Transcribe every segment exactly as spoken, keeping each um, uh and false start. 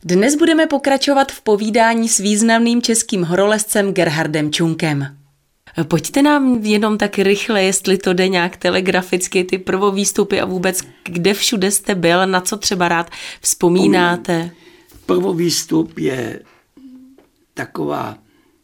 Dnes budeme pokračovat v povídání s významným českým horolezcem Gerhardem Čunkem. Pojďte nám jenom tak rychle, jestli to jde nějak telegraficky, ty prvovýstupy a vůbec kde všude jste byl, na co třeba rád vzpomínáte. Prvovýstup je taková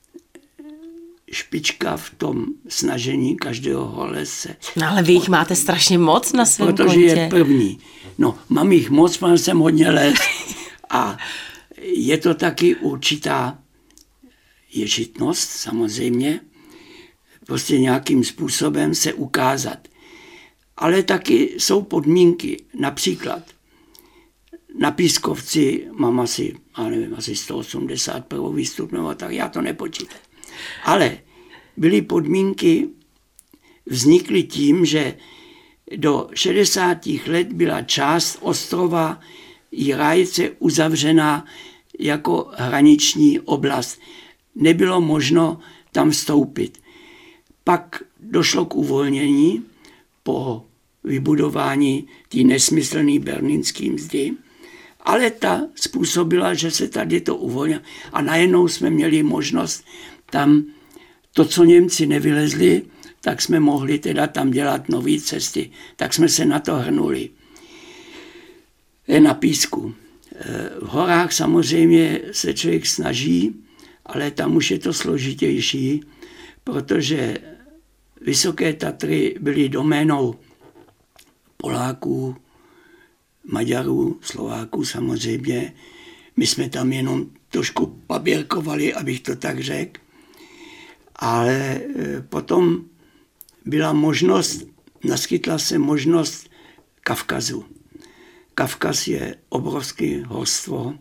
špička v tom snažení každého horolezce. No ale vy jich máte strašně moc na svém Protože kontě. je první. No, mám jich moc, mám jsem hodně let a je to taky určitá ješitnost, samozřejmě, prostě nějakým způsobem se ukázat. Ale taky jsou podmínky, například na Pískovci mám asi, já nevím, asi sto osmdesát prvovýstup, nebo tak, já to nepočítám. Ale byly podmínky, vznikly tím, že do šedesátých let byla část ostrova Jirajce uzavřená jako hraniční oblast. Nebylo možno tam vstoupit. Pak došlo k uvolnění po vybudování té nesmyslné berlínské mzdy, ale ta způsobila, že se tady to uvolnilo a najednou jsme měli možnost tam to, co Němci nevylezli, tak jsme mohli teda tam dělat nové cesty. Tak jsme se na to hrnuli. Je na písku. V horách samozřejmě se člověk snaží, ale tam už je to složitější, protože Vysoké Tatry byly doménou Poláků, Maďarů, Slováků samozřejmě. My jsme tam jenom trošku paběrkovali, abych to tak řekl. Ale potom byla možnost, naskytla se možnost Kavkazu. Kavkaz je obrovské horstvo,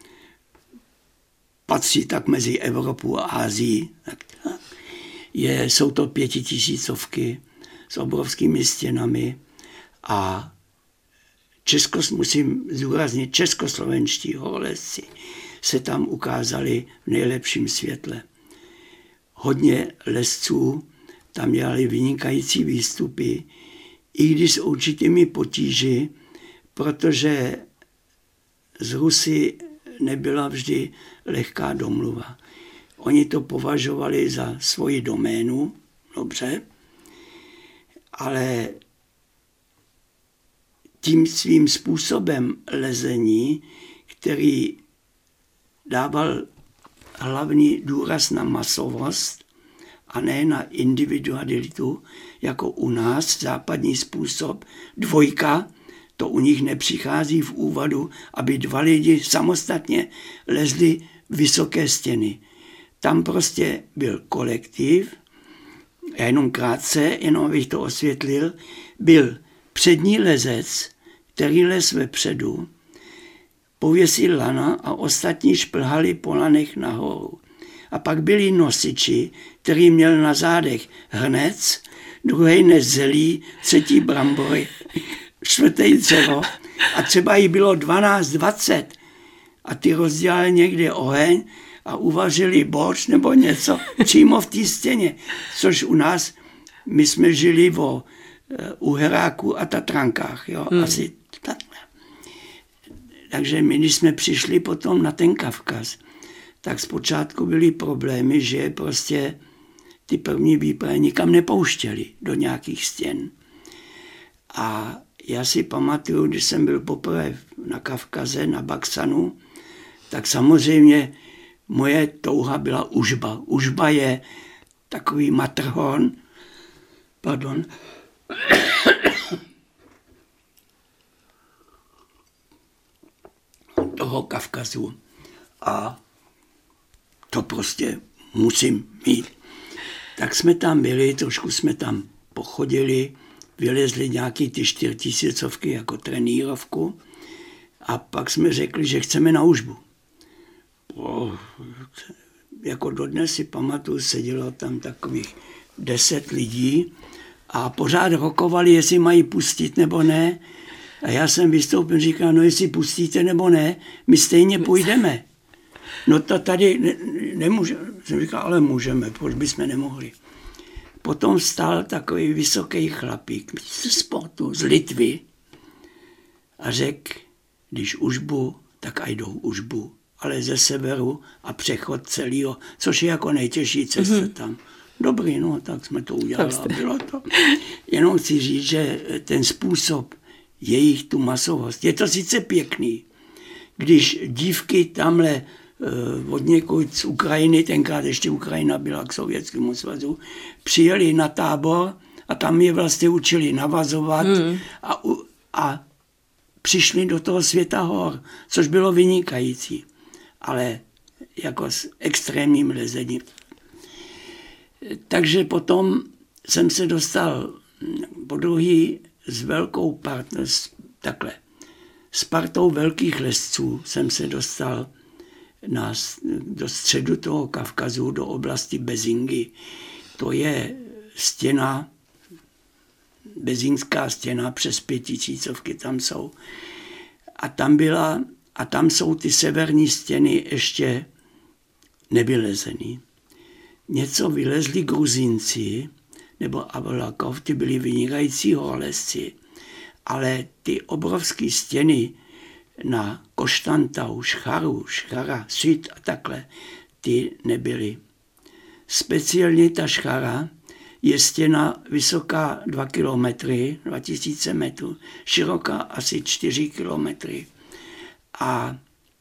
patří tak mezi Evropu a Asii. Je, jsou to pětitisícovky s obrovskými stěnami a Česko, musím zdůraznit, českoslovenští horolezci se tam ukázali v nejlepším světle. Hodně lezců tam dělali vynikající výstupy, i když s určitými potíži, protože z Rusy nebyla vždy lehká domluva. Oni to považovali za svoji doménu, dobře, ale tím svým způsobem lezení, který dával hlavní důraz na masovost a ne na individualitu, jako u nás západní způsob, dvojka, to u nich nepřichází v úvahu, aby dva lidi samostatně lezli vysoké stěny. Tam prostě byl kolektiv, já jenom krátce, jenom abych to osvětlil, byl přední lezec, který lez vepředu, pověsil lana a ostatní šplhali po lanech nahoru. A pak byli nosiči, který měl na zádech hrnec, druhý nes zelí, třetí brambory, čtvrtý dřevo a třeba jí bylo dvanáct dvacet a ty rozdělali někde oheň a uvařili borš nebo něco přímo v té stěně, což u nás, my jsme žili o Uheráku a Tatrankách, jo, hmm. asi takhle. Takže my, když jsme přišli potom na ten Kavkaz, tak zpočátku byly problémy, že prostě ty první výpravy nikam nepouštěli do nějakých stěn. A já si pamatuju, když jsem byl poprvé na Kavkaze, na Baksanu, tak samozřejmě moje touha byla užba. Užba je takový Matterhorn, pardon, toho Kavkazu. A to prostě musím mít. Tak jsme tam byli, trošku jsme tam pochodili, vylezli nějaký ty čtyřtisícovky jako trenírovku a pak jsme řekli, že chceme na užbu. O, jako dodnes si pamatuju, sedělo tam takových deset lidí a pořád rokovali, jestli mají pustit nebo ne. A já jsem vystoupil, říkal, no jestli pustíte nebo ne, my stejně půjdeme. No to tady ne, nemůžeme. Jsem říkal, ale můžeme, proč bychom nemohli. Potom stál takový vysoký chlapík z sportu, z Litvy a řekl, když užbu, tak aj do Užbu, ale ze severu a přechod celého, což je jako nejtěžší cesta mm-hmm. tam. Dobrý, no, tak jsme to udělali a bylo to. Jenom chci říct, že ten způsob jejich tu masovost, je to sice pěkný, když dívky tamhle od někud z Ukrajiny, tenkrát ještě Ukrajina byla k Sovětskému svazu, přijeli na tábor a tam je vlastně učili navazovat mm. a, a přišli do toho světa hor, což bylo vynikající, ale jako s extrémním lezením. Takže potom jsem se dostal po druhý s velkou partner, takhle, s partou velkých lezců jsem se dostal na, do středu toho Kavkazu, do oblasti Bezingy. To je stěna, bezinská stěna, přes pětitisícovky tam jsou. A tam byla, a tam jsou ty severní stěny ještě nevylezený. Něco vylezli Gruzinci, nebo Abolakov, ty byli vynikající horolezci, ale ty obrovské stěny na Koštantau, Šcharu, Šchara, Svit a takhle, ty nebyly. Speciálně ta Šchara je stěna vysoká dva kilometry, dva tisíce metrů, široká asi čtyři kilometry a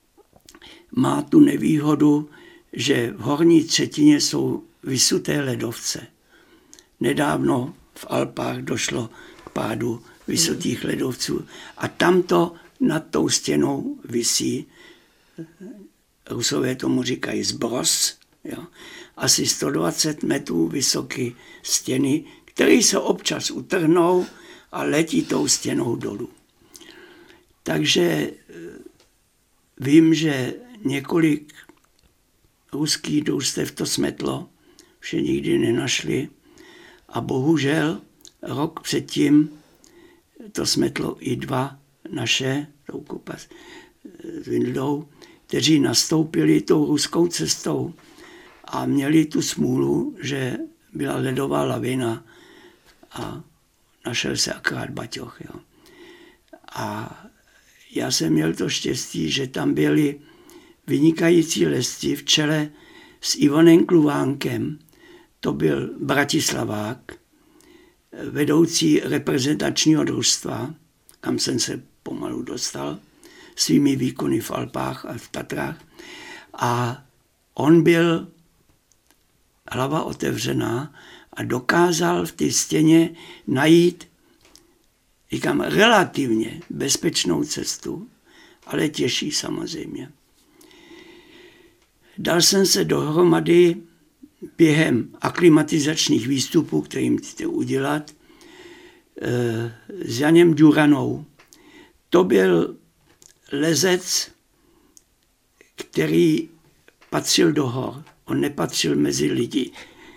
má tu nevýhodu, že v horní třetině jsou vysuté ledovce. Nedávno v Alpách došlo k pádu vysutých ledovců a tamto nad tou stěnou visí, Rusové tomu říkají zbros, jo, asi sto dvacet metrů vysoké stěny, které se občas utrhnou a letí tou stěnou dolů. Takže vím, že několik ruských družstev to smetlo, už je nikdy nenašli a bohužel rok předtím to smetlo i dva naše, Toukupa s Vindlou, kteří nastoupili tou ruskou cestou a měli tu smůlu, že byla ledová lavina a našel se akorát baťoch. Jo. A já jsem měl to štěstí, že tam byli vynikající lezci v čele s Ivanem Kluvánkem, to byl Bratislavák, vedoucí reprezentačního družstva, kam jsem se pomalu dostal, svými výkony v Alpách a v Tatrách. A on byl hlava otevřená a dokázal v té stěně najít, říkám, relativně bezpečnou cestu, ale těžší samozřejmě. Dal jsem se dohromady během aklimatizačních výstupů, kterým chcete udělat, s Janem Duranou. To byl lezec, který patřil do hor. On nepatřil mezi lidi.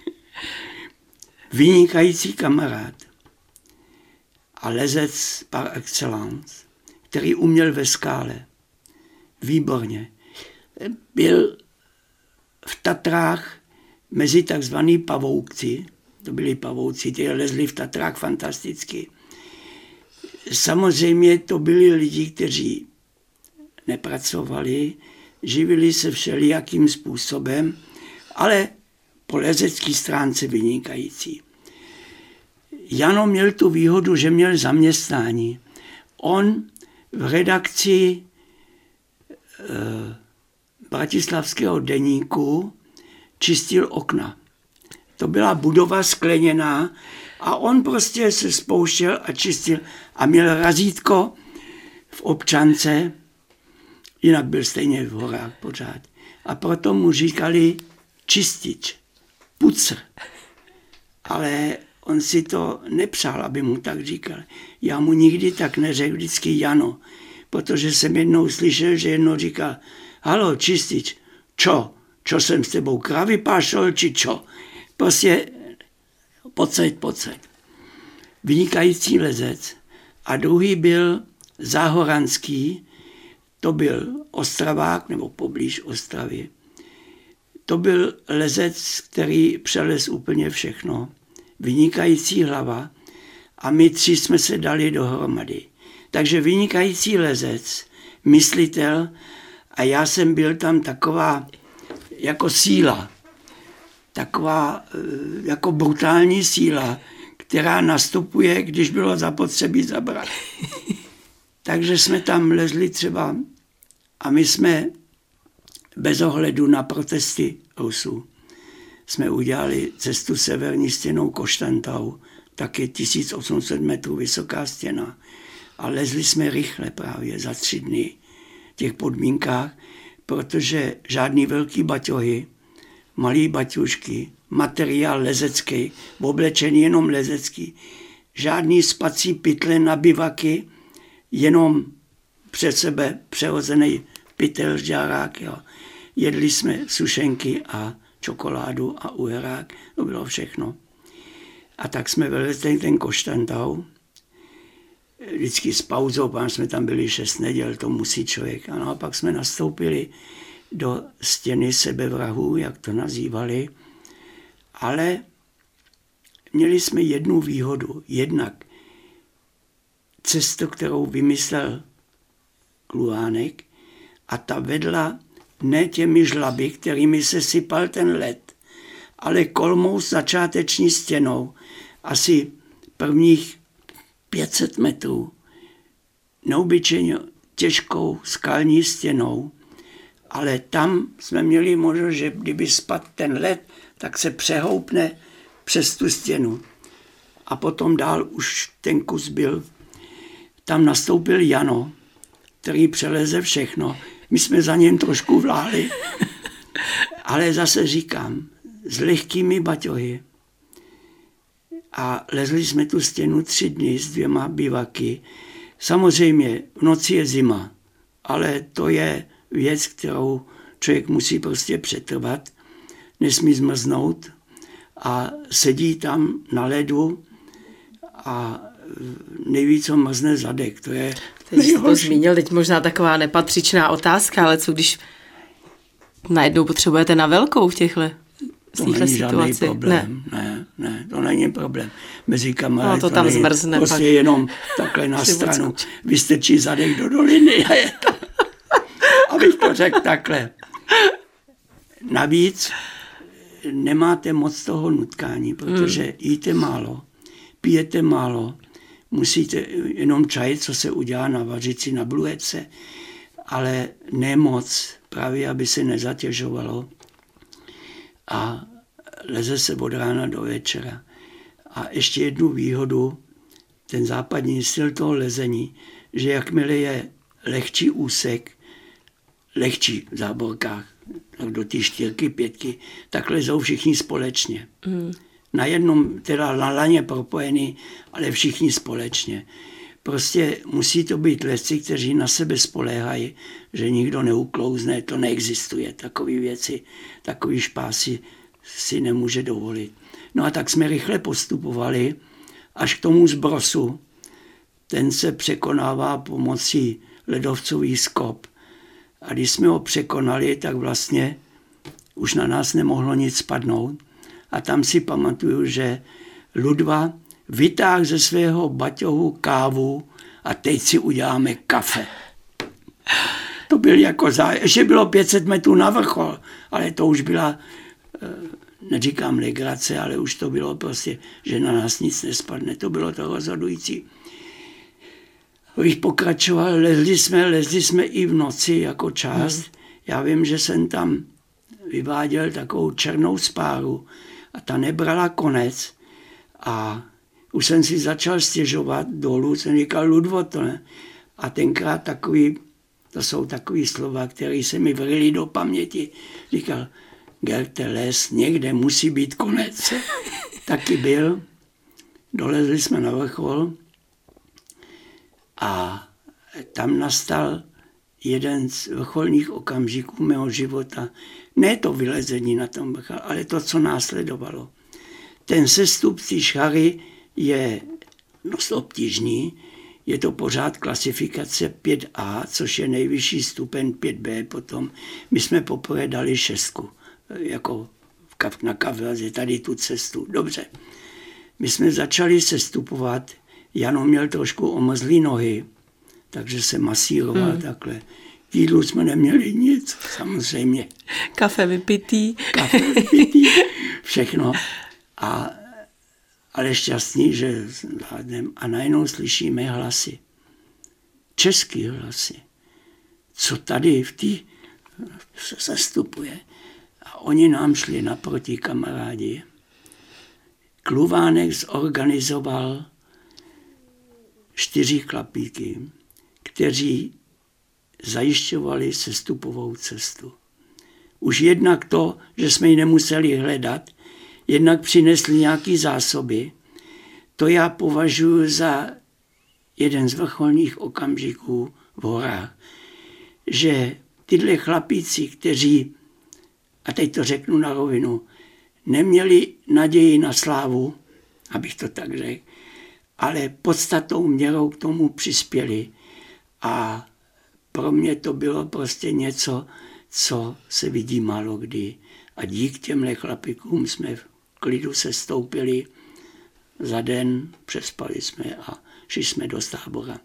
Vynikající kamarád a lezec par excellence, který uměl ve skále. Výborně. Byl v Tatrách mezi takzvaný pavouci, to byli pavouci, ty lezli v Tatrách fantasticky. Samozřejmě to byli lidi, kteří nepracovali, živili se všelijakým způsobem, ale po lezecké stránce vynikající. Jano měl tu výhodu, že měl zaměstnání. On v redakci e, bratislavského deníku čistil okna. To byla budova skleněná a on prostě se spouštěl a čistil a měl razítko v občance, jinak byl stejně v horách pořád. A proto mu říkali čistič, pucr. Ale on si to nepřál, aby mu tak říkal. Já mu nikdy tak neřekl, vždycky Jano, protože jsem jednou slyšel, že jednou říkal, halo, čistič, čo? Čo jsem s tebou kravy pášol, či čo? Prostě pocať, pocať. Vynikající lezec. A druhý byl Záhoranský, to byl Ostravák, nebo poblíž Ostravy. To byl lezec, který přelez úplně všechno. Vynikající hlava a my tři jsme se dali dohromady. Takže vynikající lezec, myslitel A já jsem byl tam taková jako síla, taková jako brutální síla, která nastupuje, když bylo zapotřebí zabrat. Takže jsme tam lezli třeba a my jsme bez ohledu na protesty Rusů jsme udělali cestu severní stěnou Koštantou, taky tisíc osm set metrů vysoká stěna. A lezli jsme rychle právě za tři dny v těch podmínkách, protože žádný velký baťohy, malý baťušky, materiál lezecký, oblečený jenom lezecký, žádný spací pytle na bivaky, jenom před sebe přehozený pytel, žárák. Jo. Jedli jsme sušenky a čokoládu a uherák, to bylo všechno. A tak jsme vylezli ten Koštantau, vždycky s pauzou, pán jsme tam byli šest neděl, to musí člověk. A, no a pak jsme nastoupili do stěny sebevrahů, jak to nazývali, ale měli jsme jednu výhodu, jednak cestu, kterou vymyslel Kluhánek, a ta vedla ne těmi žlaby, kterými se sypal ten led, ale kolmou s začáteční stěnou, asi prvních pět set metrů, neobyčejně těžkou skalní stěnou, ale tam jsme měli možnost, že kdyby spadl ten led, tak se přehoupne přes tu stěnu. A potom dál už ten kus byl. Tam nastoupil Jano, který přeleze všechno. My jsme za něm trošku vláhli, ale zase říkám, s lehkými baťohy. A lezli jsme tu stěnu tři dny s dvěma bivaky. Samozřejmě v noci je zima, ale to je věc, kterou člověk musí prostě přetrvat, nesmí zmrznout a sedí tam na ledu a nejvíc ho mrzne zadek. To je Teď jsi to zmínil, teď možná taková nepatřičná otázka, ale co když najednou potřebujete na velkou v těchto To není žádný problém. Ne. ne, ne, to není problém. Mezi kamarády no, to tam zmrzne. Prostě pak. jenom takhle na stranu. Vystrčí zadek do doliny a je to. Abych to řekl takhle. Navíc nemáte moc toho nutkání, protože hmm. jíte málo, pijete málo, musíte jenom čaj, co se udělá na vařici, na bluhece, ale ne moc, právě aby se nezatěžovalo. A leze se od rána do večera. A ještě jednu výhodu, ten západní styl toho lezení, že jakmile je lehčí úsek, lehčí v záborkách, tak do té čtyřky, pětky, tak lezou všichni společně. Mm. Na jednom, teda na laně propojený, ale všichni společně. Prostě musí to být lezci, kteří na sebe spoléhají, že nikdo neuklouzne, to neexistuje. Takové věci, takové špásy si nemůže dovolit. No a tak jsme rychle postupovali až k tomu zbrosu. Ten se překonává pomocí ledovcových skop. A když jsme ho překonali, tak vlastně už na nás nemohlo nic spadnout. A tam si pamatuju, že Ludva vytáhl ze svého baťohu kávu a teď si uděláme kafe. To byl jako zájem. Ještě bylo pět set metrů na vrchol, ale to už byla, neříkám legrace, ale už to bylo prostě, že na nás nic nespadne. To bylo to rozhodující. Když pokračoval, lezli jsme, lezli jsme i v noci jako část. Hmm. Já vím, že jsem tam vyváděl takovou černou spáru a ta nebrala konec a už jsem si začal stěžovat dolů, jsem říkal, Ludvo, to ne. A tenkrát takový, to jsou takový slova, které se mi vrily do paměti. Říkal, Gerte, les, někde musí být konec. Taky byl. Dolezli jsme na vrchol a tam nastal jeden z vrcholných okamžiků mého života. Ne to vylezení na tom vrchol, ale to, co následovalo. Ten sestup z té Šary je dost obtížný. Je to pořád klasifikace pět A, což je nejvyšší stupeň pět B potom. My jsme poprvé dali šestku, jako na Kavraze, tady tu cestu. Dobře. My jsme začali sestupovat. Jano měl trošku omrzlý nohy, takže se masíroval hmm. takhle. K jídlu jsme neměli nic, samozřejmě. Kafe vypitý. Kafe vypitý, všechno. A, ale šťastný, že zvládnem. A najednou slyšíme hlasy. Český hlasy. Co tady v té se zastupuje. A oni nám šli naproti, kamarádi. Kluvánek zorganizoval čtyři chlapíky, kteří zajišťovali sestupovou cestu. Už jednak to, že jsme ji nemuseli hledat, jednak přinesli nějaké zásoby, to já považuji za jeden z vrcholných okamžiků v horách. Že tyhle chlapíci, kteří, a teď to řeknu na rovinu, neměli naději na slávu, abych to tak řekl, ale podstatou měrou k tomu přispěli. A pro mě to bylo prostě něco, co se vidí málo kdy. A dík těmhle chlapíkům jsme v klidu se stoupili za den, přespali jsme a šli jsme do tábora.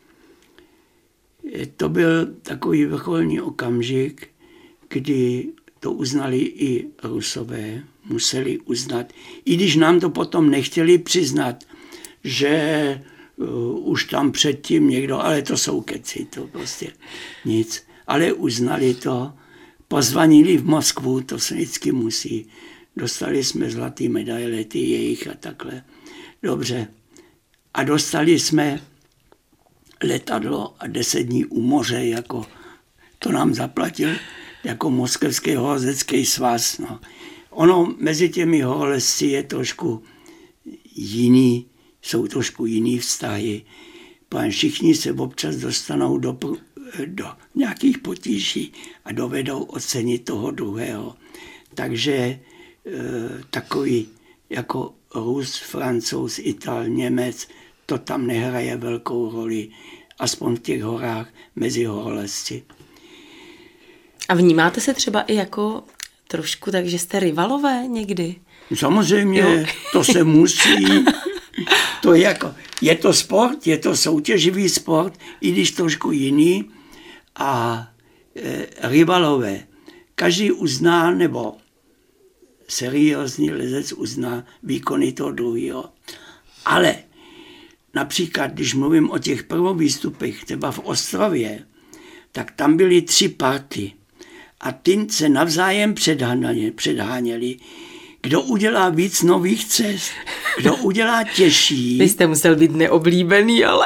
To byl takový vrcholný okamžik, kdy to uznali i Rusové, museli uznat, i když nám to potom nechtěli přiznat, že uh, už tam předtím někdo, ale to jsou keci, to prostě nic. Ale uznali to, pozvanili v Moskvu, to se vždycky musí. Dostali jsme zlatý medaile, ty jejich a takhle. Dobře. A dostali jsme letadlo a deset dní u moře, jako to nám zaplatil jako Moskevský horolezecký svaz. No. Ono mezi těmi horolezci je trošku jiný, jsou trošku jiný vztahy. Pán všichni se občas dostanou do, do nějakých potíží a dovedou ocenit toho druhého. Takže e, takový jako Rus, Francouz, Ital, Němec, to tam nehraje velkou roli, aspoň v těch horách mezi horolezci. A vnímáte se třeba i jako trošku tak, že jste rivalové někdy? Samozřejmě, jo. To se musí. To je, jako, je to sport, je to soutěživý sport, i když trošku jiný. A e, rivalové. Každý uzná, nebo seriózní lezec uzná výkony toho druhého. Ale například, když mluvím o těch prvovýstupech, třeba v Ostrově, tak tam byly tři party. A ty se navzájem předháněli, kdo udělá víc nových cest, kdo udělá těžší. Vy jste musel být neoblíbený, ale...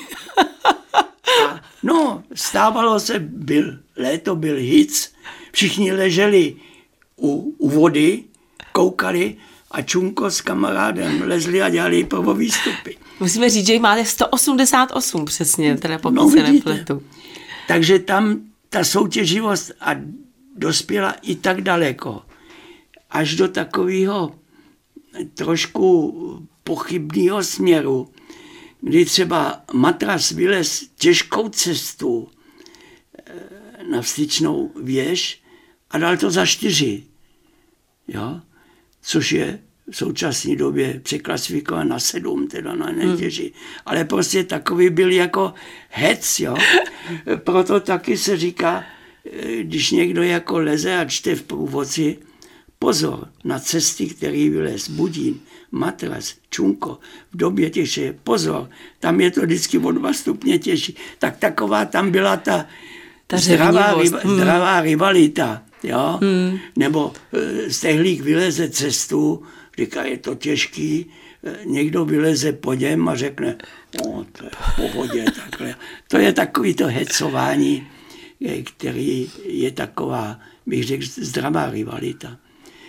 A no, stávalo se, byl léto, byl hic, všichni leželi u, u vody, koukali a Čunko s kamarádem lezli a dělali prvovýstupy. Musíme říct, že máte sto osmdesát osm přesně, teda pokud no, se nepletu. Takže tam ta soutěživost a dospěla i tak daleko, až do takového trošku pochybného směru, kdy třeba Matras vylez těžkou cestu na Vstyčnou věž a dal to za čtyři, jo? Což je v současné době překlasifikovat na sedm, teda na netěží. Hmm. Ale prostě takový byl jako hec, jo. Proto taky se říká, když někdo jako leze a čte v průvodci, pozor na cesty, který vylez Budín, Matras, Čunko, v době těžší, pozor, tam je to vždycky o dva stupně těžší. Tak taková tam byla ta, ta zdravá, riva, hmm. zdravá rivalita, jo. Hmm. Nebo Stehlík vyleze cestu, říká, je to těžký, někdo vyleze po něm a řekne, no, to je v pohodě, takhle. To je takový to hecování, který je taková, bych řekl, zdravá rivalita.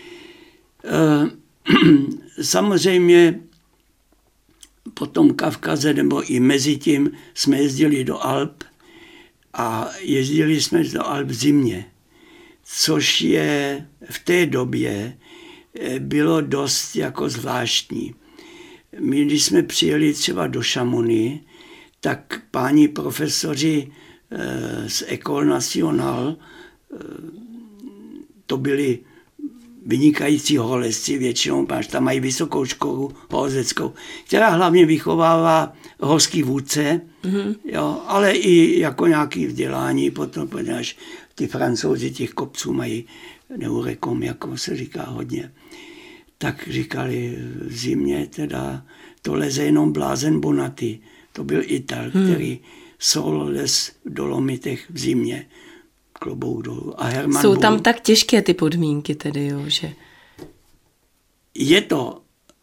Samozřejmě po tom Kavkaze nebo i mezi tím jsme jezdili do Alp a jezdili jsme do Alp v zimě, což je v té době bylo dost jako zvláštní. My, když jsme přijeli třeba do Chamonix, tak páni profesoři z École Nationale, to byli vynikající horolezci, většinou máš, tam mají vysokou školu horolezeckou, která hlavně vychovává horský vůdce, mm-hmm. jo, ale i jako nějaké vzdělání, potom, protože ty Francouzi těch kopců mají neurekom, jako se říká hodně. Tak říkali v zimě teda, to leze jenom blázen Bonatti. To byl Ital, hmm. který sol les v Dolomitech v zimě. Klobouk dolů. A Herman Jsou Bull, tam tak těžké ty podmínky tedy, jo, že... Je to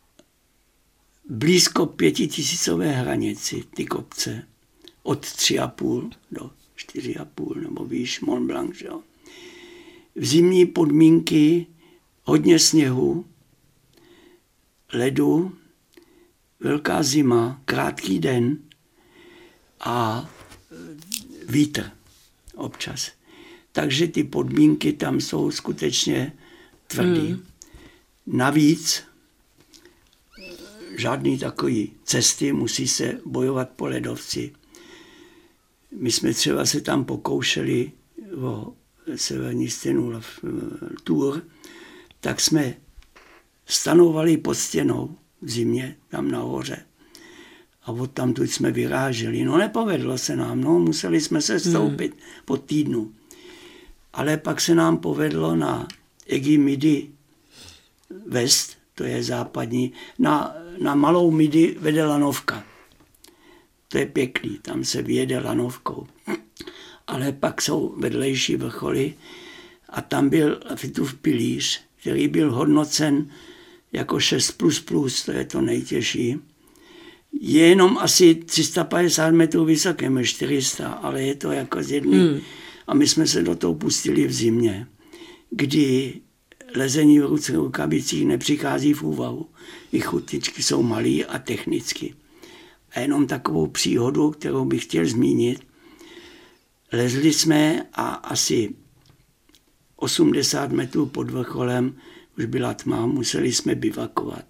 blízko pětitisícové hranici, ty kopce. Od tři a půl do čtyři a půl, nebo výš Mont Blanc, jo. V zimní podmínky hodně sněhu, ledu, velká zima, krátký den a vítr občas. Takže ty podmínky tam jsou skutečně tvrdý. Hmm. Navíc žádný takový cesty, musí se bojovat po ledovci. My jsme třeba se tam pokoušeli o severní stěnu Tour, tak jsme stanovali pod stěnou v zimě, tam nahoře. A odtamtud jsme vyráželi. No nepovedlo se nám, no museli jsme se stoupit hmm. po týdnu. Ale pak se nám povedlo na Egi Midi West, to je západní, na, na Malou Midi vede lanovka. To je pěkný, tam se vyjede lanovkou. Ale pak jsou vedlejší vrcholy a tam byl Fitův pilíř, který byl hodnocen jako šest plus plus, to je to nejtěžší. Je jenom asi tři sta padesát metrů vysoké, čtyři sta, ale je to jako z jedný. Hmm. A my jsme se do toho pustili v zimě, kdy lezení v ruce rukavicích nepřichází v úvahu. I chutičky jsou malý a technicky. A jenom takovou příhodu, kterou bych chtěl zmínit. Lezli jsme a asi osmdesát metrů pod vrcholem už byla tma, museli jsme bivakovat.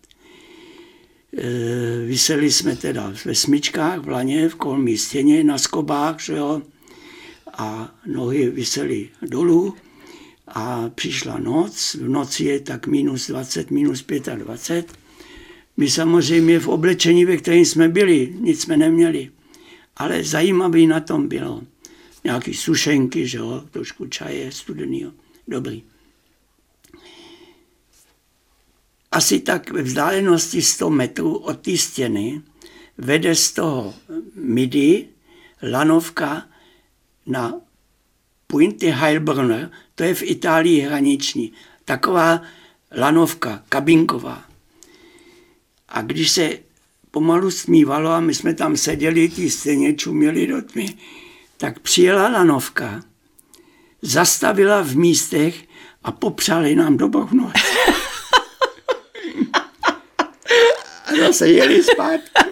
E, vyseli jsme teda ve smyčkách, v laně, v kolmí stěně, na skobách, že jo, a nohy visely dolů a přišla noc. V noci je tak minus dvacet, minus dvacet pět. My samozřejmě v oblečení, ve kterém jsme byli, nic jsme neměli. Ale zajímavý na tom bylo. Nějaký sušenky, že jo, trošku čaje studenýho. Dobrý. Asi tak ve vzdálenosti sto metrů od té stěny vede z toho Midi lanovka na Puente Heilbronner, to je v Itálii hraniční. Taková lanovka, kabinková. A když se pomalu stmívalo a my jsme tam seděli, ty stěně čuměli do tmy, tak přijela lanovka, zastavila v místech a popřáli nám do bohu noc. A zase jeli zpátky.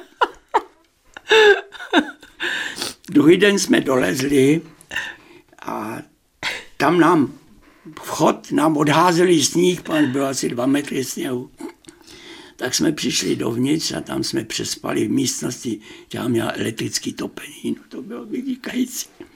Druhý den jsme dolezli a tam nám vchod, nám odházeli sníh, pan byl asi dva metry sněhu. Tak jsme přišli dovnitř a tam jsme přespali v místnosti, která měla elektrické topení. No to bylo vynikající.